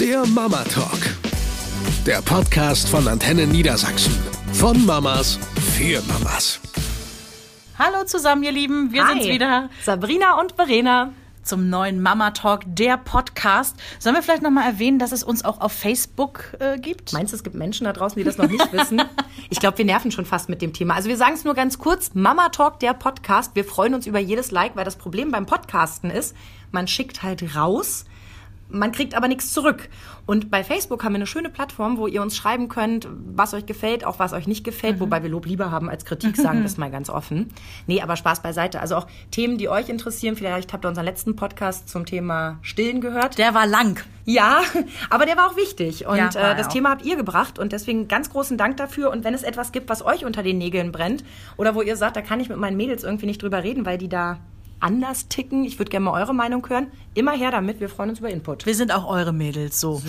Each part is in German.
Der Mama Talk. Der Podcast von Antenne Niedersachsen. Von Mamas für Mamas. Hallo zusammen, ihr Lieben. Wir sind's wieder. Sabrina und Verena. Zum neuen Mama Talk, der Podcast. Sollen wir vielleicht nochmal erwähnen, dass es uns auch auf Facebook gibt? Meinst du, es gibt Menschen da draußen, die das noch nicht wissen? Ich glaube, wir nerven schon fast mit dem Thema. Also wir sagen es nur ganz kurz. Mama Talk, der Podcast. Wir freuen uns über jedes Like, weil das Problem beim Podcasten ist, man schickt halt raus, man kriegt aber nichts zurück. Und bei Facebook haben wir eine schöne Plattform, wo ihr uns schreiben könnt, was euch gefällt, auch was euch nicht gefällt. Wobei wir Lob lieber haben als Kritik, sagen das mal ganz offen. Nee, aber Spaß beiseite. Also auch Themen, die euch interessieren. Vielleicht habt ihr unseren letzten Podcast zum Thema Stillen gehört. Der war lang. Ja, aber der war auch wichtig. Und Ja, das auch. Thema habt ihr gebracht. Und deswegen ganz großen Dank dafür. Und wenn es etwas gibt, was euch unter den Nägeln brennt oder wo ihr sagt, da kann ich mit meinen Mädels irgendwie nicht drüber reden, weil die da anders ticken. Ich würde gerne mal eure Meinung hören. Immer her damit. Wir freuen uns über Input. Wir sind auch eure Mädels, so.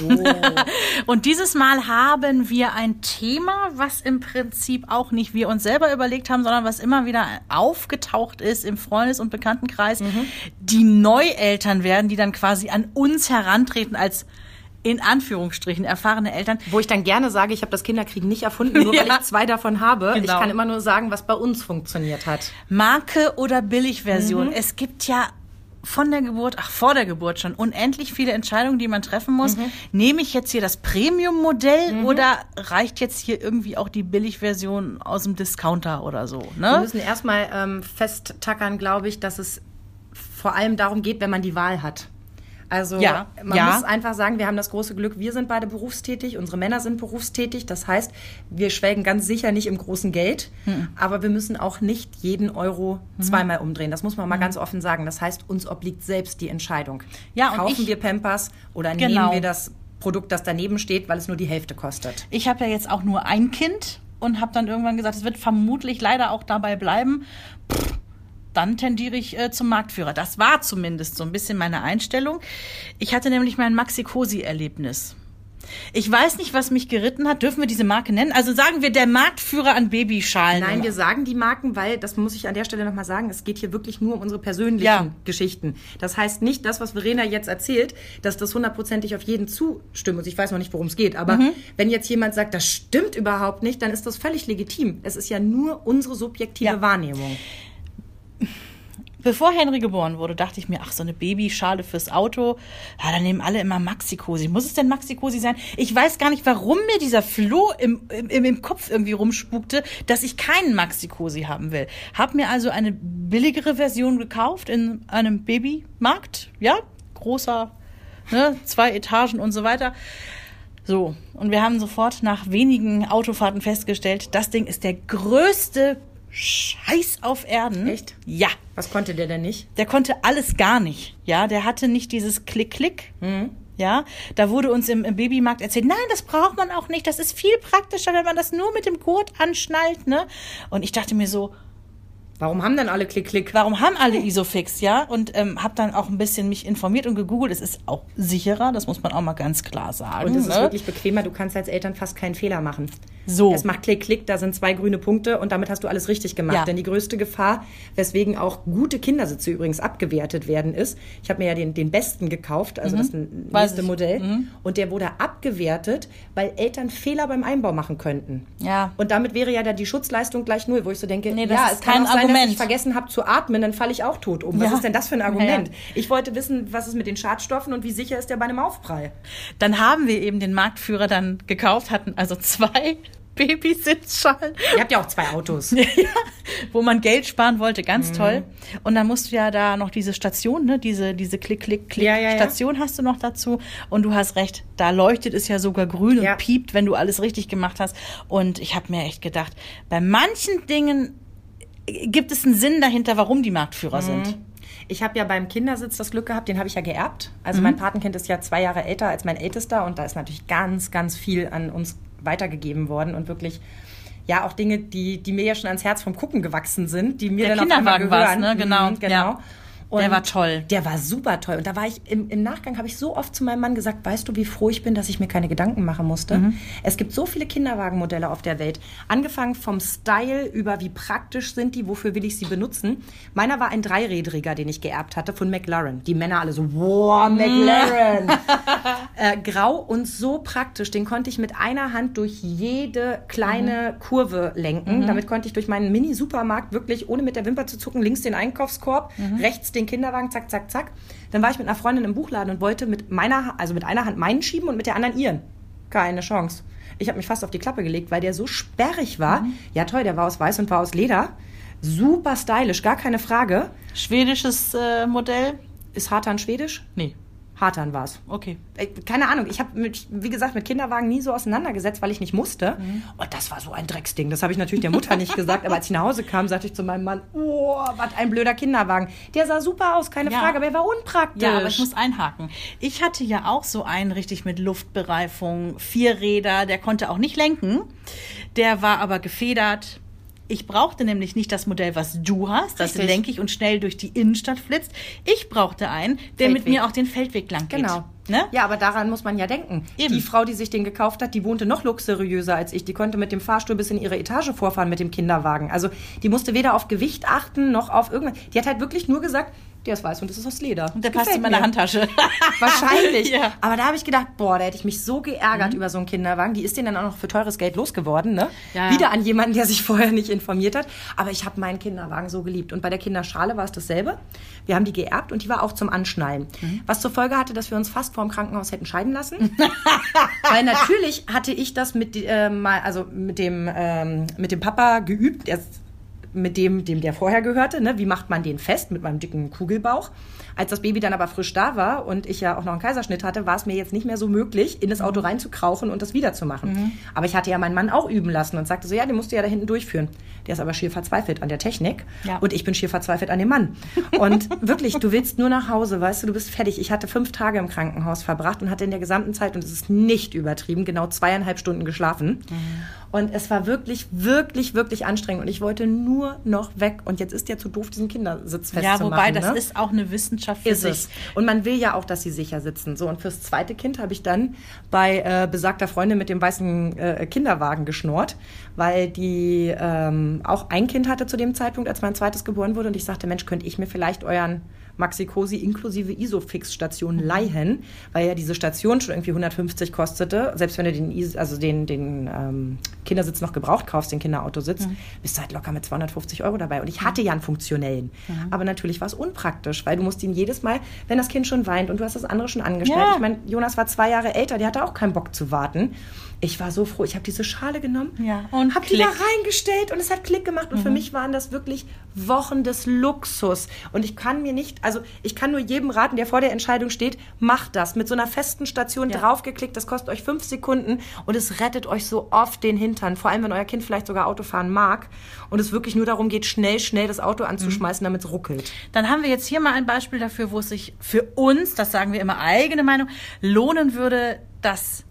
Und dieses Mal haben wir ein Thema, was im Prinzip auch nicht wir uns selber überlegt haben, sondern was immer wieder aufgetaucht ist im Freundes- und Bekanntenkreis. Die Neueltern werden, die dann quasi an uns herantreten als in Anführungsstrichen erfahrene Eltern. Wo ich dann gerne sage, ich habe das Kinderkriegen nicht erfunden, nur weil Ja. ich 2 davon habe. Genau. Ich kann immer nur sagen, was bei uns funktioniert hat. Marke- oder Billigversion. Es gibt ja vor der Geburt schon unendlich viele Entscheidungen, die man treffen muss. Nehme ich jetzt hier das Premium-Modell oder reicht jetzt hier irgendwie auch die Billigversion aus dem Discounter oder so? Wir Ne? müssen erstmal festtackern, glaube ich, dass es vor allem darum geht, wenn man die Wahl hat. Also Ja, man ja. muss einfach sagen, wir haben das große Glück, wir sind beide berufstätig, unsere Männer sind berufstätig. Das heißt, wir schwelgen ganz sicher nicht im großen Geld, aber wir müssen auch nicht jeden Euro zweimal umdrehen. Das muss man mal ganz offen sagen. Das heißt, uns obliegt selbst die Entscheidung. Ja, und Kaufen ich- wir Pampers oder Genau. nehmen wir das Produkt, das daneben steht, weil es nur die Hälfte kostet? Ich habe ja jetzt auch nur ein Kind und habe dann irgendwann gesagt, es wird vermutlich leider auch dabei bleiben. Dann tendiere ich zum Marktführer. Das war zumindest so ein bisschen meine Einstellung. Ich hatte nämlich mein Maxi-Cosi-Erlebnis. Ich weiß nicht, was mich geritten hat. Dürfen wir diese Marke nennen? Also sagen wir der Marktführer an Babyschalen. Nein, wir sagen die Marken, weil, das muss ich an der Stelle nochmal sagen, es geht hier wirklich nur um unsere persönlichen Ja. Geschichten. Das heißt nicht, das, was Verena jetzt erzählt, dass das 100%ig auf jeden zustimmt. Und ich weiß noch nicht, worum es geht. Aber wenn jetzt jemand sagt, das stimmt überhaupt nicht, dann ist das völlig legitim. Es ist ja nur unsere subjektive Ja. Wahrnehmung. Bevor Henry geboren wurde, dachte ich mir, ach, so eine Babyschale fürs Auto, ja, dann nehmen alle immer Maxi-Cosi. Muss es denn Maxi-Cosi sein? Ich weiß gar nicht, warum mir dieser Floh im Kopf irgendwie rumspukte, dass ich keinen Maxi-Cosi haben will. Hab mir also eine billigere Version gekauft in einem Babymarkt, ja, großer, ne, 2 Etagen und so weiter. So, und wir haben sofort nach wenigen Autofahrten festgestellt, das Ding ist der größte Scheiß auf Erden. Echt? Ja. Was konnte der denn nicht? Der konnte alles gar nicht. Ja, der hatte nicht dieses Klick-Klick. Ja, da wurde uns im Babymarkt erzählt, nein, das braucht man auch nicht. Das ist viel praktischer, wenn man das nur mit dem Gurt anschnallt, ne? Und ich dachte mir so, Warum haben dann alle Klick-Klick? warum haben alle Isofix, ja? Und habe dann auch ein bisschen mich informiert und gegoogelt. Es ist auch sicherer, das muss man auch mal ganz klar sagen. Und es ist ne? wirklich bequemer, du kannst als Eltern fast keinen Fehler machen. So. Es macht Klick-Klick, da sind 2 grüne Punkte und damit hast du alles richtig gemacht. Ja. Denn die größte Gefahr, weswegen auch gute Kindersitze übrigens abgewertet werden, ist, ich habe mir ja den besten gekauft, also das Weiß nächste ich. Modell, und der wurde abgewertet, weil Eltern Fehler beim Einbau machen könnten. Ja. Und damit wäre ja dann die Schutzleistung gleich 0, wo ich so denke, Nee, das ja, ist es kann kein auch sein, dass Argument. ich vergessen habe zu atmen, dann falle ich auch tot um. Was Ja. ist denn das für ein Argument? Ja. Ich wollte wissen, was ist mit den Schadstoffen und wie sicher ist der bei einem Aufprall? Dann haben wir eben den Marktführer dann gekauft, hatten also 2 Babysitzschalen. Ihr habt ja auch 2 Autos. Ja, wo man Geld sparen wollte, ganz toll. Und dann musst du ja da noch diese Station, ne, diese Klick-Klick-Klick-Station hast du noch dazu. Und du hast recht, da leuchtet es ja sogar grün Ja. und piept, wenn du alles richtig gemacht hast. Und ich habe mir echt gedacht, bei manchen Dingen gibt es einen Sinn dahinter, warum die Marktführer sind. Ich habe ja beim Kindersitz das Glück gehabt, den habe ich ja geerbt. Also mein Patenkind ist ja 2 Jahre älter als mein Ältester und da ist natürlich ganz, ganz viel an uns weitergegeben worden und wirklich, ja, auch Dinge, die mir ja schon ans Herz vom Gucken gewachsen sind, die mir Der dann auf einmal Kinderwagen war's, gehören. ne? Genau, Genau. ja. Und der war toll. Der war super toll. Und da war ich, im Nachgang habe ich so oft zu meinem Mann gesagt, weißt du, wie froh ich bin, dass ich mir keine Gedanken machen musste? Es gibt so viele Kinderwagenmodelle auf der Welt. Angefangen vom Style über wie praktisch sind die, wofür will ich sie benutzen. Meiner war ein dreirädriger, den ich geerbt hatte von McLaren. Die Männer alle so, wow, McLaren. Grau und so praktisch. Den konnte ich mit einer Hand durch jede kleine Kurve lenken. Damit konnte ich durch meinen Mini-Supermarkt wirklich, ohne mit der Wimper zu zucken, links den Einkaufskorb, rechts den Kinderwagen, zack, zack, zack. Dann war ich mit einer Freundin im Buchladen und wollte mit einer Hand meinen schieben und mit der anderen ihren. Keine Chance. Ich habe mich fast auf die Klappe gelegt, weil der so sperrig war. Ja toll, der war aus Weiß und war aus Leder. Super stylisch, gar keine Frage. Schwedisches Modell? Ist Hartan schwedisch? Nee. Hartan war es. Okay. Keine Ahnung, ich habe, wie gesagt, mit Kinderwagen nie so auseinandergesetzt, weil ich nicht musste. Und das war so ein Drecksding. Das habe ich natürlich der Mutter nicht gesagt. Aber als ich nach Hause kam, sagte ich zu meinem Mann, oh, was ein blöder Kinderwagen. Der sah super aus, keine Frage, aber er war unpraktisch. Ja, aber ich muss einhaken. Ich hatte ja auch so einen richtig mit Luftbereifung, 4 Räder, der konnte auch nicht lenken. Der war aber gefedert. Ich brauchte nämlich nicht das Modell, was du hast, das lenkig und schnell durch die Innenstadt flitzt. Ich brauchte einen, der mit mir auch den Feldweg lang geht. Genau. Ne? Ja, aber daran muss man ja denken. Eben. Die Frau, die sich den gekauft hat, die wohnte noch luxuriöser als ich. Die konnte mit dem Fahrstuhl bis in ihre Etage vorfahren mit dem Kinderwagen. Also die musste weder auf Gewicht achten, noch auf irgendwas. Die hat halt wirklich nur gesagt, der ist weiß und das ist aus Leder. Und der passt in meine Handtasche. Wahrscheinlich. Ja. Aber da habe ich gedacht, boah, da hätte ich mich so geärgert über so einen Kinderwagen. Die ist den dann auch noch für teures Geld losgeworden. Ne? Ja. Wieder an jemanden, der sich vorher nicht informiert hat. Aber ich habe meinen Kinderwagen so geliebt. Und bei der Kinderschale war es dasselbe. Wir haben die geerbt und die war auch zum Anschnallen. Was zur Folge hatte, dass wir uns fast vor dem Krankenhaus hätten scheiden lassen. Weil natürlich hatte ich das mit dem Papa geübt, mit dem der vorher gehörte. Ne? Wie macht man den fest mit meinem dicken Kugelbauch? Als das Baby dann aber frisch da war und ich ja auch noch einen Kaiserschnitt hatte, war es mir jetzt nicht mehr so möglich, in das Auto reinzukrauchen und das wieder zu machen. Aber ich hatte ja meinen Mann auch üben lassen und sagte so, ja, den musst du ja da hinten durchführen. Der ist aber schier verzweifelt an der Technik und ich bin schier verzweifelt an dem Mann. Und wirklich, du willst nur nach Hause, weißt du bist fertig. Ich hatte 5 Tage im Krankenhaus verbracht und hatte in der gesamten Zeit, und es ist nicht übertrieben, genau 2,5 Stunden geschlafen. Und es war wirklich, wirklich, wirklich anstrengend und ich wollte nur noch weg. Und jetzt ist der zu doof, diesen Kindersitz festzumachen. Ja, wobei, das ist auch eine Wissenschaft für sich. Und man will ja auch, dass sie sicher sitzen. So, und fürs zweite Kind habe ich dann bei besagter Freundin mit dem weißen Kinderwagen geschnurrt, weil die auch ein Kind hatte zu dem Zeitpunkt, als mein zweites geboren wurde. Und ich sagte, Mensch, könnte ich mir vielleicht euren Maxi-Cosi inklusive Isofix-Station leihen, weil ja diese Station schon irgendwie 150 kostete. Selbst wenn du den Kindersitz noch gebraucht kaufst, den Kinderautositz, bist du halt locker mit 250 € dabei. Und ich hatte ja einen funktionellen. Aber natürlich war es unpraktisch, weil du musst ihn jedes Mal, wenn das Kind schon weint und du hast das andere schon angestellt. Ja. Ich meine, Jonas war 2 Jahre älter, der hatte auch keinen Bock zu warten. Ich war so froh. Ich habe diese Schale genommen, und habe die da reingestellt und es hat Klick gemacht. Und für mich waren das wirklich Wochen des Luxus. Und ich kann nur jedem raten, der vor der Entscheidung steht, macht das. Mit so einer festen Station draufgeklickt, das kostet euch 5 Sekunden und es rettet euch so oft den Hintern. Vor allem, wenn euer Kind vielleicht sogar Auto fahren mag und es wirklich nur darum geht, schnell das Auto anzuschmeißen, damit es ruckelt. Dann haben wir jetzt hier mal ein Beispiel dafür, wo es sich für uns, das sagen wir immer eigene Meinung, lohnen würde, das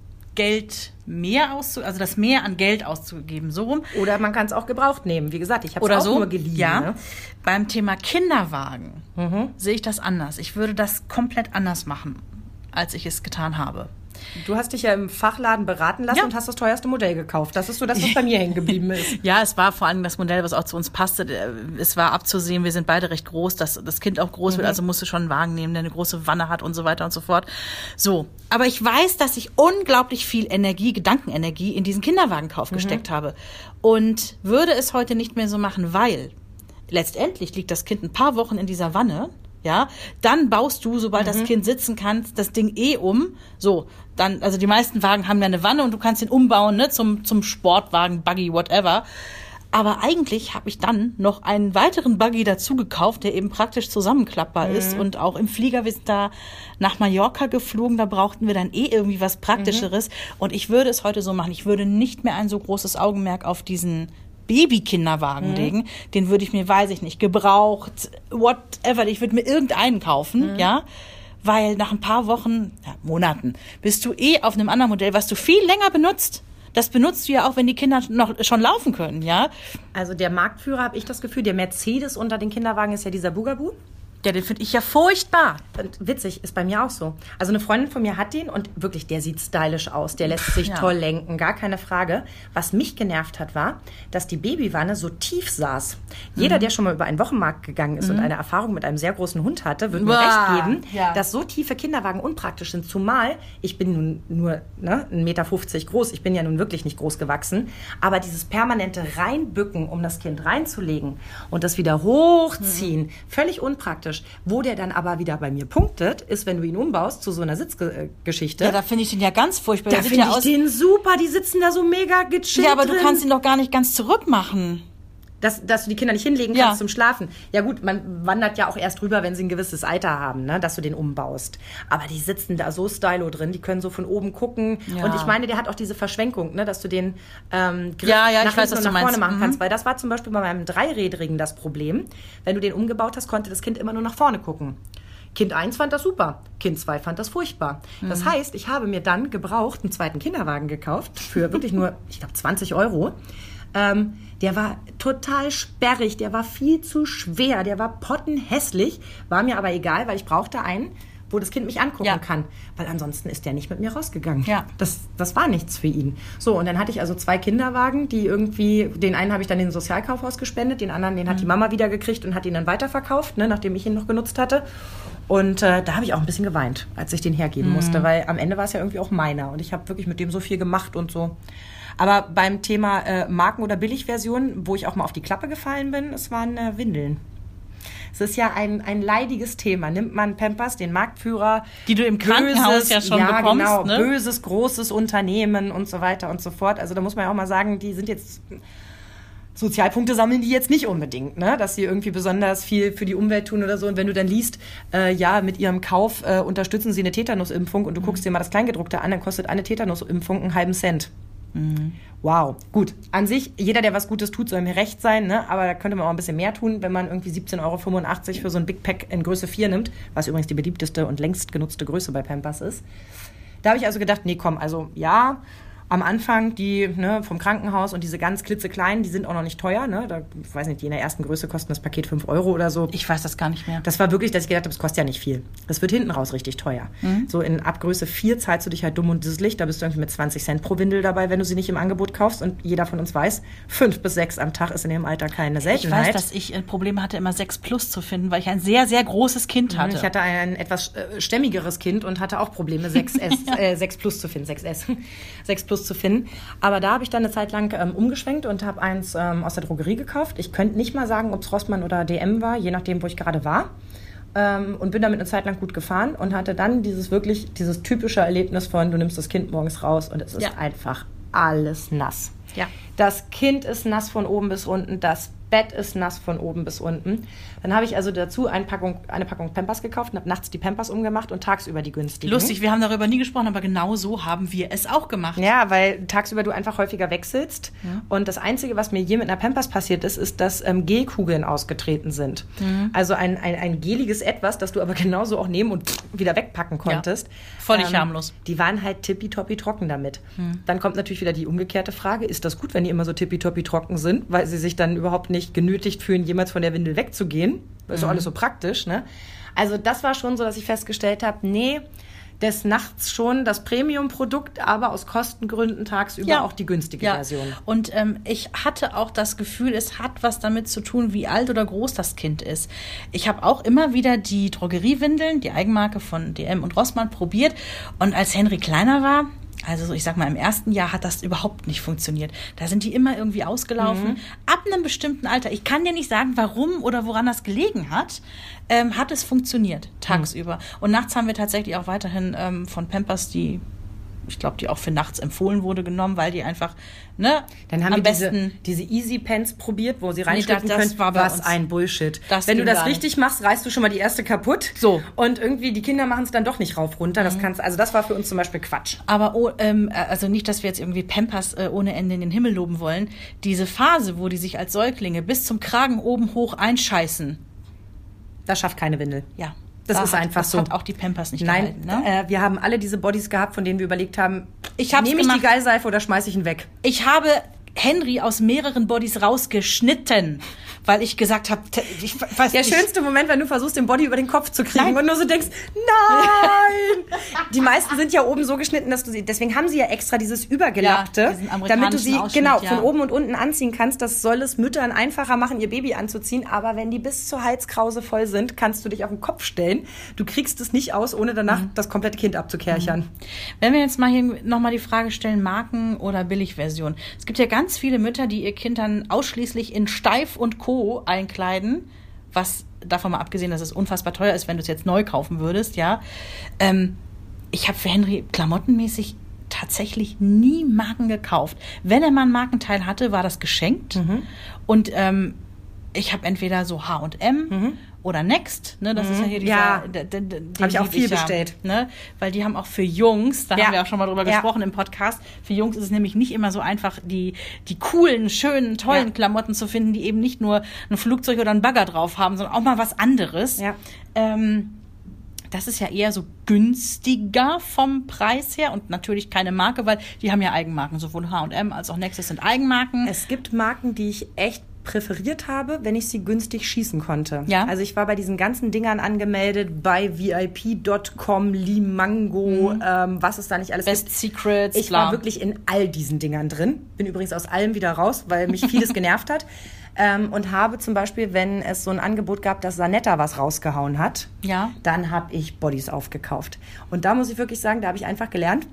mehr an Geld auszugeben, so rum. Oder man kann es auch gebraucht nehmen. Wie gesagt, ich habe es auch nur geliehen. Ja. Ne? Beim Thema Kinderwagen sehe ich das anders. Ich würde das komplett anders machen, als ich es getan habe. Du hast dich ja im Fachladen beraten lassen und hast das teuerste Modell gekauft. Das ist so das, was bei mir hängen geblieben ist. Ja, es war vor allem das Modell, was auch zu uns passte. Es war abzusehen, wir sind beide recht groß, dass das Kind auch groß wird, also musste schon einen Wagen nehmen, der eine große Wanne hat und so weiter und so fort. So, aber ich weiß, dass ich unglaublich viel Gedankenenergie in diesen Kinderwagenkauf gesteckt habe und würde es heute nicht mehr so machen, weil letztendlich liegt das Kind ein paar Wochen in dieser Wanne. Ja, dann baust du, sobald das Kind sitzen kann, das Ding um. So, dann, also die meisten Wagen haben ja eine Wanne und du kannst ihn umbauen, ne, zum Sportwagen, Buggy, whatever. Aber eigentlich habe ich dann noch einen weiteren Buggy dazu gekauft, der eben praktisch zusammenklappbar ist. Und auch im Flieger, wir sind da nach Mallorca geflogen, da brauchten wir dann irgendwie was Praktischeres. Und ich würde es heute so machen, ich würde nicht mehr ein so großes Augenmerk auf diesen Baby-Kinderwagen legen, den würde ich mir, weiß ich nicht, gebraucht, whatever, ich würde mir irgendeinen kaufen, weil nach ein paar Wochen, Monaten, bist du auf einem anderen Modell, was du viel länger benutzt. Das benutzt du ja auch, wenn die Kinder noch schon laufen können, ja? Also der Marktführer, habe ich das Gefühl, der Mercedes unter den Kinderwagen ist ja dieser Bugaboo. Ja, den finde ich ja furchtbar. Und witzig, ist bei mir auch so. Also eine Freundin von mir hat den und wirklich, der sieht stylisch aus. Der lässt sich toll lenken, gar keine Frage. Was mich genervt hat, war, dass die Babywanne so tief saß. Jeder, der schon mal über einen Wochenmarkt gegangen ist und eine Erfahrung mit einem sehr großen Hund hatte, würde mir recht geben, dass so tiefe Kinderwagen unpraktisch sind. Zumal, ich bin nun nur 1,50 Meter groß. Ich bin ja nun wirklich nicht groß gewachsen. Aber dieses permanente Reinbücken, um das Kind reinzulegen und das wieder hochziehen, völlig unpraktisch. Wo der dann aber wieder bei mir punktet, ist, wenn du ihn umbaust zu so einer Sitzgeschichte. Ja, da finde ich den ja ganz furchtbar. Da finde ich den super, die sitzen da so mega gechillt. Ja, aber du drin. kannst ihn doch gar nicht ganz zurück machen. Dass du die Kinder nicht hinlegen kannst zum Schlafen. Ja gut, man wandert ja auch erst rüber, wenn sie ein gewisses Alter haben, ne, dass du den umbaust. Aber die sitzen da so stylo drin, die können so von oben gucken. Ja. Und ich meine, der hat auch diese Verschwenkung, ne, dass du den Griff nach hinten und nach vorne machen kannst. Weil das war zum Beispiel bei meinem Dreirädrigen das Problem. Wenn du den umgebaut hast, konnte das Kind immer nur nach vorne gucken. Kind 1 fand das super, Kind 2 fand das furchtbar. Das heißt, ich habe mir dann gebraucht einen zweiten Kinderwagen gekauft für wirklich nur, ich glaube, 20 €. Der war total sperrig, der war viel zu schwer, der war pottenhässlich, war mir aber egal, weil ich brauchte einen, wo das Kind mich angucken kann, weil ansonsten ist der nicht mit mir rausgegangen. Ja. Das war nichts für ihn. So, und dann hatte ich also 2 Kinderwagen, die irgendwie, den einen habe ich dann in den Sozialkaufhaus gespendet, den anderen, den hat die Mama wieder gekriegt und hat ihn dann weiterverkauft, ne, nachdem ich ihn noch genutzt hatte. Und da habe ich auch ein bisschen geweint, als ich den hergeben musste, weil am Ende war es ja irgendwie auch meiner und ich habe wirklich mit dem so viel gemacht und so. Aber beim Thema Marken- oder Billigversionen, wo ich auch mal auf die Klappe gefallen bin, es waren Windeln. Es ist ja ein leidiges Thema. Nimmt man Pampers, den Marktführer, die du im Krankenhaus ja schon bekommst, genau, ne? Böses, großes Unternehmen und so weiter und so fort. Also da muss man ja auch mal sagen, die sind jetzt... Sozialpunkte sammeln die jetzt nicht unbedingt, ne? Dass sie irgendwie besonders viel für die Umwelt tun oder so. Und wenn du dann liest, mit ihrem Kauf unterstützen sie eine Tetanusimpfung und du guckst dir mal das Kleingedruckte an, dann kostet eine Tetanusimpfung einen halben Cent. Wow, gut. An sich, jeder, der was Gutes tut, soll mir recht sein, ne? Aber da könnte man auch ein bisschen mehr tun, wenn man irgendwie 17,85 € für so ein Big Pack in Größe 4 nimmt, was übrigens die beliebteste und längst genutzte Größe bei Pampers ist. Da habe ich also gedacht, nee, komm, also ja... Am Anfang, die vom Krankenhaus und diese ganz klitzekleinen, die sind auch noch nicht teuer. Ne? Da, ich weiß nicht, die in der ersten Größe kosten das Paket 5 € oder so. Ich weiß das gar nicht mehr. Das war wirklich, dass ich gedacht habe, es kostet ja nicht viel. Das wird hinten raus richtig teuer. So in ab Größe 4 zahlst du dich halt dumm und dusselig. Da bist du irgendwie mit 20 Cent pro Windel dabei, wenn du sie nicht im Angebot kaufst. Und jeder von uns weiß, 5 bis 6 am Tag ist in dem Alter keine Seltenheit. Ich weiß, dass ich Probleme hatte, immer 6 Plus zu finden, weil ich ein sehr, sehr großes Kind hatte. Ich hatte ein etwas stämmigeres Kind und hatte auch Probleme, 6 Plus zu finden, 6 Plus zu finden. Aber da habe ich dann eine Zeit lang umgeschwenkt und habe eins aus der Drogerie gekauft. Ich könnte nicht mal sagen, ob es Rossmann oder DM war, je nachdem, wo ich gerade war. Und bin damit eine Zeit lang gut gefahren und hatte dann dieses typische Erlebnis von, du nimmst das Kind morgens raus und es ist einfach alles nass. Ja. Das Kind ist nass von oben bis unten, das Bett ist nass von oben bis unten. Dann habe ich also dazu eine Packung Pampers gekauft und habe nachts die Pampers umgemacht und tagsüber die günstigen. Lustig, wir haben darüber nie gesprochen, aber genau so haben wir es auch gemacht. Ja, weil tagsüber du einfach häufiger wechselst. Ja. Und das Einzige, was mir je mit einer Pampers passiert ist, dass Gelkugeln ausgetreten sind. Mhm. Also ein geliges Etwas, das du aber genauso auch nehmen und wieder wegpacken konntest. Ja. Völlig harmlos. Die waren halt tippitoppi trocken damit. Mhm. Dann kommt natürlich wieder die umgekehrte Frage, ist das gut, wenn die immer so tippitoppi trocken sind, weil sie sich dann überhaupt nicht genötigt fühlen, jemals von der Windel wegzugehen. Das ist doch alles so praktisch, ne? Also das war schon so, dass ich festgestellt habe, nee, des Nachts schon das Premium-Produkt, aber aus Kostengründen tagsüber auch die günstige Version. Und ich hatte auch das Gefühl, es hat was damit zu tun, wie alt oder groß das Kind ist. Ich habe auch immer wieder die Drogeriewindeln, die Eigenmarke von DM und Rossmann, probiert. Und als Henry kleiner war, also so, ich sag mal, im ersten Jahr hat das überhaupt nicht funktioniert. Da sind die immer irgendwie ausgelaufen. Ab einem bestimmten Alter, ich kann dir nicht sagen, warum oder woran das gelegen hat, hat es funktioniert tagsüber. Und nachts haben wir tatsächlich auch weiterhin von Pampers die auch für nachts empfohlen wurde, genommen, weil die einfach, ne, dann haben wir diese Easy Pens probiert, wo sie reinstecken können. Was ein Bullshit. Wenn du das richtig machst, reißt du schon mal die erste kaputt. So. Und irgendwie die Kinder machen es dann doch nicht rauf runter. Das war für uns zum Beispiel Quatsch. Aber also nicht, dass wir jetzt irgendwie Pampers ohne Ende in den Himmel loben wollen. Diese Phase, wo die sich als Säuglinge bis zum Kragen oben hoch einscheißen. Das schafft keine Windel. Ja. Das ist einfach so. Das hat auch die Pampers nicht gehalten. Ne? Wir haben alle diese Bodies gehabt, von denen wir überlegt haben, nehme ich die Geilseife oder schmeiße ich ihn weg? Ich habe Henry aus mehreren Bodies rausgeschnitten, weil ich gesagt habe, ich weiß Der nicht. schönste Moment, wenn du versuchst, den Body über den Kopf zu kriegen und nur so denkst, nein! Die meisten sind ja oben so geschnitten, dass du sie, deswegen haben sie ja extra dieses Übergelappte, diesen amerikanischen damit du sie Ausschnitt, von oben und unten anziehen kannst. Das soll es Müttern einfacher machen, ihr Baby anzuziehen. Aber wenn die bis zur Halskrause voll sind, kannst du dich auf den Kopf stellen. Du kriegst es nicht aus, ohne danach das komplette Kind abzukerchern. Wenn wir jetzt mal hier nochmal die Frage stellen, Marken- oder Billigversion. Es gibt ja ganz viele Mütter, die ihr Kind dann ausschließlich in Steif und Co. einkleiden, was davon mal abgesehen, dass es unfassbar teuer ist, wenn du es jetzt neu kaufen würdest, ja. Ich habe für Henry klamottenmäßig tatsächlich nie Marken gekauft. Wenn er mal ein Markenteil hatte, war das geschenkt. Und ich habe entweder so H&M oder Next, ne, das ist ja hier dieser... Ja, habe ich auch viel bestellt. Ne, weil die haben auch für Jungs, da haben wir auch schon mal drüber gesprochen im Podcast, für Jungs ist es nämlich nicht immer so einfach, die coolen, schönen, tollen Klamotten zu finden, die eben nicht nur ein Flugzeug oder ein Bagger drauf haben, sondern auch mal was anderes. Ja. Das ist ja eher so günstiger vom Preis her und natürlich keine Marke, weil die haben ja Eigenmarken, sowohl H&M als auch Nexus sind Eigenmarken. Es gibt Marken, die ich echt präferiert habe, wenn ich sie günstig schießen konnte. Ja. Also ich war bei diesen ganzen Dingern angemeldet, bei VIP.com, Limango, was es da nicht alles Best gibt. Secrets, Ich war wirklich in all diesen Dingern drin. Bin übrigens aus allem wieder raus, weil mich vieles genervt hat. Und habe zum Beispiel, wenn es so ein Angebot gab, dass Sanetta was rausgehauen hat, dann habe ich Bodies aufgekauft. Und da muss ich wirklich sagen, da habe ich einfach gelernt.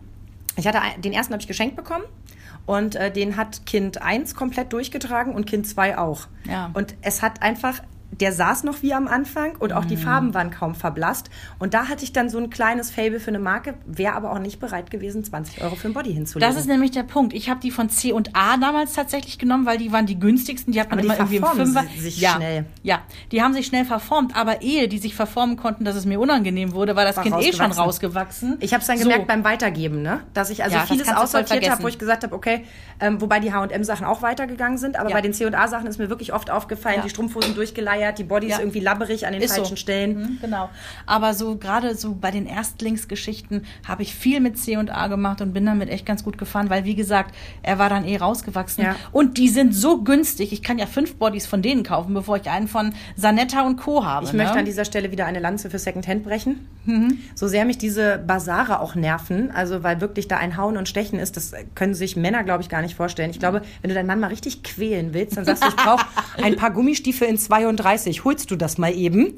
Den ersten habe ich geschenkt bekommen. Und den hat Kind 1 komplett durchgetragen und Kind 2 auch. Ja. Und es hat einfach, der saß noch wie am Anfang und auch die Farben waren kaum verblasst. Und da hatte ich dann so ein kleines Faible für eine Marke, wäre aber auch nicht bereit gewesen, 20 € für ein Body hinzulegen. Das ist nämlich der Punkt. Ich habe die von C&A damals tatsächlich genommen, weil die waren die günstigsten. Die hat man Aber immer die irgendwie im verformen Fünfer. sich schnell. Ja, die haben sich schnell verformt. Aber ehe die sich verformen konnten, dass es mir unangenehm wurde, war das Kind schon rausgewachsen. Ich habe es dann gemerkt beim Weitergeben, ne? Dass ich also vieles aussortiert habe, wo ich gesagt habe, okay, wobei die H&M-Sachen auch weitergegangen sind, aber bei den C&A-Sachen ist mir wirklich oft aufgefallen, die Strumpfhosen durchgeleiert, die Bodies irgendwie labberig an den falschen Stellen. Genau. Aber so gerade so bei den Erstlingsgeschichten habe ich viel mit C&A gemacht und bin damit echt ganz gut gefahren, weil wie gesagt, er war dann rausgewachsen. Ja. Und die sind so günstig. Ich kann ja 5 Bodies von denen kaufen, bevor ich einen von Sanetta und Co. habe. Ich möchte an dieser Stelle wieder eine Lanze für Secondhand brechen. So sehr mich diese Basare auch nerven, also weil wirklich da ein Hauen und Stechen ist, das können sich Männer, glaube ich, gar nicht vorstellen. Ich glaube, wenn du deinen Mann mal richtig quälen willst, dann sagst du, ich brauche ein paar Gummistiefel in 32. Holst du das mal eben?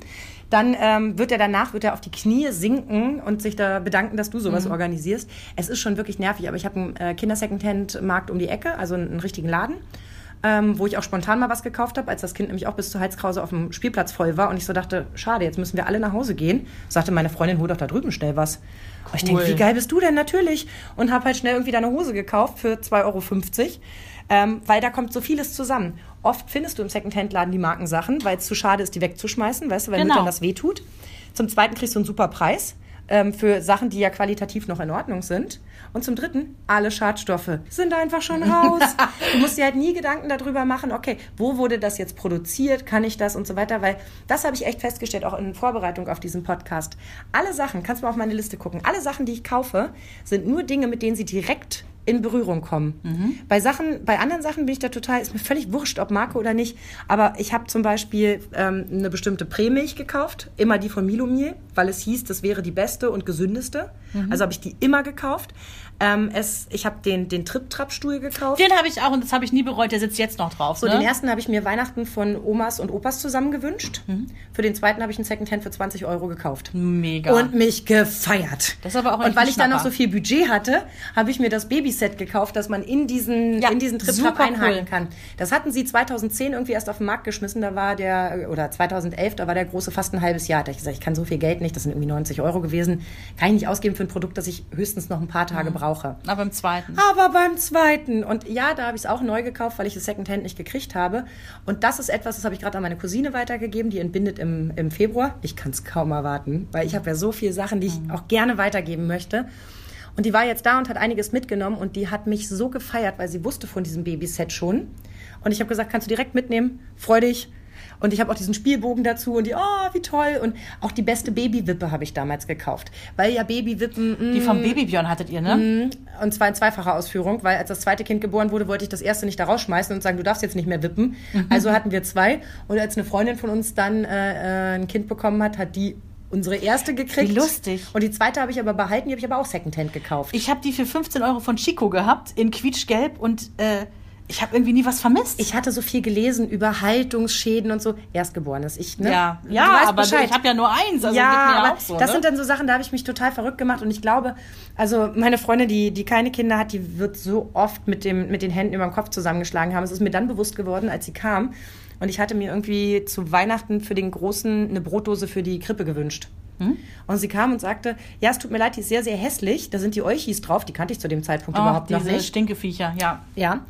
Dann wird er auf die Knie sinken und sich da bedanken, dass du sowas organisierst. Es ist schon wirklich nervig, aber ich habe einen Kinder-Secondhand-Markt um die Ecke, also einen richtigen Laden, wo ich auch spontan mal was gekauft habe, als das Kind nämlich auch bis zur Halskrause auf dem Spielplatz voll war und ich so dachte, schade, jetzt müssen wir alle nach Hause gehen. Sagte meine Freundin, hol doch da drüben schnell was. Cool. Ich denke, wie geil bist du denn? Natürlich. Und habe halt schnell irgendwie deine Hose gekauft für 2,50 €, weil da kommt so vieles zusammen. Oft findest du im Secondhand-Laden die Markensachen, weil es zu schade ist, die wegzuschmeißen, weißt du, weil Müttern das wehtut. Zum Zweiten kriegst du einen super Preis für Sachen, die ja qualitativ noch in Ordnung sind. Und zum Dritten, alle Schadstoffe sind einfach schon raus. Du musst dir halt nie Gedanken darüber machen, okay, wo wurde das jetzt produziert, kann ich das und so weiter, weil das habe ich echt festgestellt, auch in Vorbereitung auf diesen Podcast. Alle Sachen, kannst du mal auf meine Liste gucken, alle Sachen, die ich kaufe, sind nur Dinge, mit denen sie direkt in Berührung kommen. Bei anderen Sachen bin ich da total, ist mir völlig wurscht, ob Marke oder nicht, aber ich habe zum Beispiel eine bestimmte Prämilch gekauft, immer die von Milomil, weil es hieß, das wäre die beste und gesündeste. Also habe ich die immer gekauft. Ich habe den Trip-Trap-Stuhl gekauft. Den habe ich auch und das habe ich nie bereut, der sitzt jetzt noch drauf. So, den ersten habe ich mir Weihnachten von Omas und Opas zusammen gewünscht. Für den zweiten habe ich einen Secondhand für 20 € gekauft. Mega. Und mich gefeiert. Das ist aber auch und weil ich dann noch so viel Budget hatte, habe ich mir das Babyset gekauft, dass man in diesen Trip-Trap einhaken kann. Das hatten sie 2010 irgendwie erst auf den Markt geschmissen. Da war 2011, da war der große fast ein halbes Jahr. Da habe ich gesagt, ich kann so viel Geld nicht, das sind irgendwie 90 € gewesen. Kann ich nicht ausgeben für ein Produkt, das ich höchstens noch ein paar Tage brauche. Aber beim zweiten. Und ja, da habe ich es auch neu gekauft, weil ich es Secondhand nicht gekriegt habe. Und das ist etwas, das habe ich gerade an meine Cousine weitergegeben, die entbindet im Februar. Ich kann es kaum erwarten, weil ich habe ja so viele Sachen, die ich auch gerne weitergeben möchte. Und die war jetzt da und hat einiges mitgenommen und die hat mich so gefeiert, weil sie wusste von diesem Babyset schon. Und ich habe gesagt, kannst du direkt mitnehmen, freu dich. Und ich habe auch diesen Spielbogen dazu und wie toll. Und auch die beste Babywippe habe ich damals gekauft. Weil ja Babywippen... Die vom Babybjörn hattet ihr, ne? und zwar in zweifacher Ausführung, weil als das zweite Kind geboren wurde, wollte ich das erste nicht da rausschmeißen und sagen, du darfst jetzt nicht mehr wippen. Also hatten wir 2. Und als eine Freundin von uns dann ein Kind bekommen hat die unsere erste gekriegt. Wie lustig. Und die zweite habe ich aber behalten, die habe ich aber auch Secondhand gekauft. Ich habe die für 15 € von Chico gehabt, in quietschgelb und ich habe irgendwie nie was vermisst. Ich hatte so viel gelesen über Haltungsschäden und so. Erstgeborenes. Ja, du weißt aber Bescheid. ich habe ja nur eins. Also ja, geht mir aber auch so, das ne? sind dann so Sachen, da habe ich mich total verrückt gemacht. Und ich glaube, also meine Freundin, die keine Kinder hat, die wird so oft mit den Händen über den Kopf zusammengeschlagen haben. Es ist mir dann bewusst geworden, als sie kam. Und ich hatte mir irgendwie zu Weihnachten für den Großen eine Brotdose für die Krippe gewünscht. Und sie kam und sagte, ja, es tut mir leid, die ist sehr, sehr hässlich. Da sind die Euchis drauf, die kannte ich zu dem Zeitpunkt überhaupt noch nicht. Diese Stinkeviecher, ja. Ja,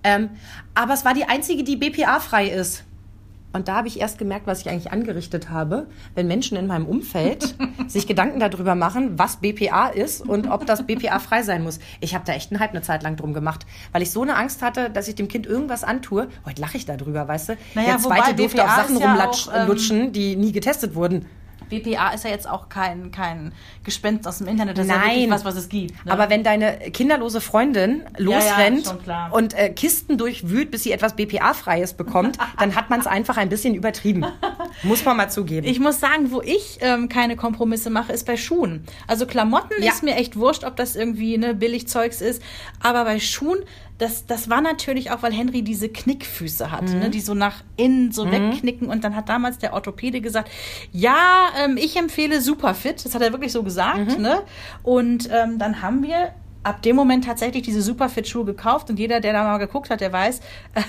aber es war die einzige, die BPA-frei ist. Und da habe ich erst gemerkt, was ich eigentlich angerichtet habe, wenn Menschen in meinem Umfeld sich Gedanken darüber machen, was BPA ist und ob das BPA-frei sein muss. Ich habe da echt einen Hype eine Zeit lang drum gemacht, weil ich so eine Angst hatte, dass ich dem Kind irgendwas antue. Heute lache ich darüber, weißt du? Naja, der Zweite durfte BPA auf Sachen ja rumlutschen, die nie getestet wurden. BPA ist ja jetzt auch kein Gespenst aus dem Internet, das ist ja wirklich was es gibt. Ne? Aber wenn deine kinderlose Freundin losrennt schon klar. und Kisten durchwühlt, bis sie etwas BPA-Freies bekommt, dann hat man es einfach ein bisschen übertrieben. Muss man mal zugeben. Ich muss sagen, wo ich keine Kompromisse mache, ist bei Schuhen. Also Klamotten ist mir echt wurscht, ob das irgendwie Billigzeugs ist. Aber bei Schuhen, das war natürlich auch, weil Henry diese Knickfüße hat, die so nach innen so wegknicken. Und dann hat damals der Orthopäde gesagt, ja, ich empfehle Superfit. Das hat er wirklich so gesagt. Ne? Und dann haben wir ab dem Moment tatsächlich diese Superfit-Schuhe gekauft. Und jeder, der da mal geguckt hat, der weiß,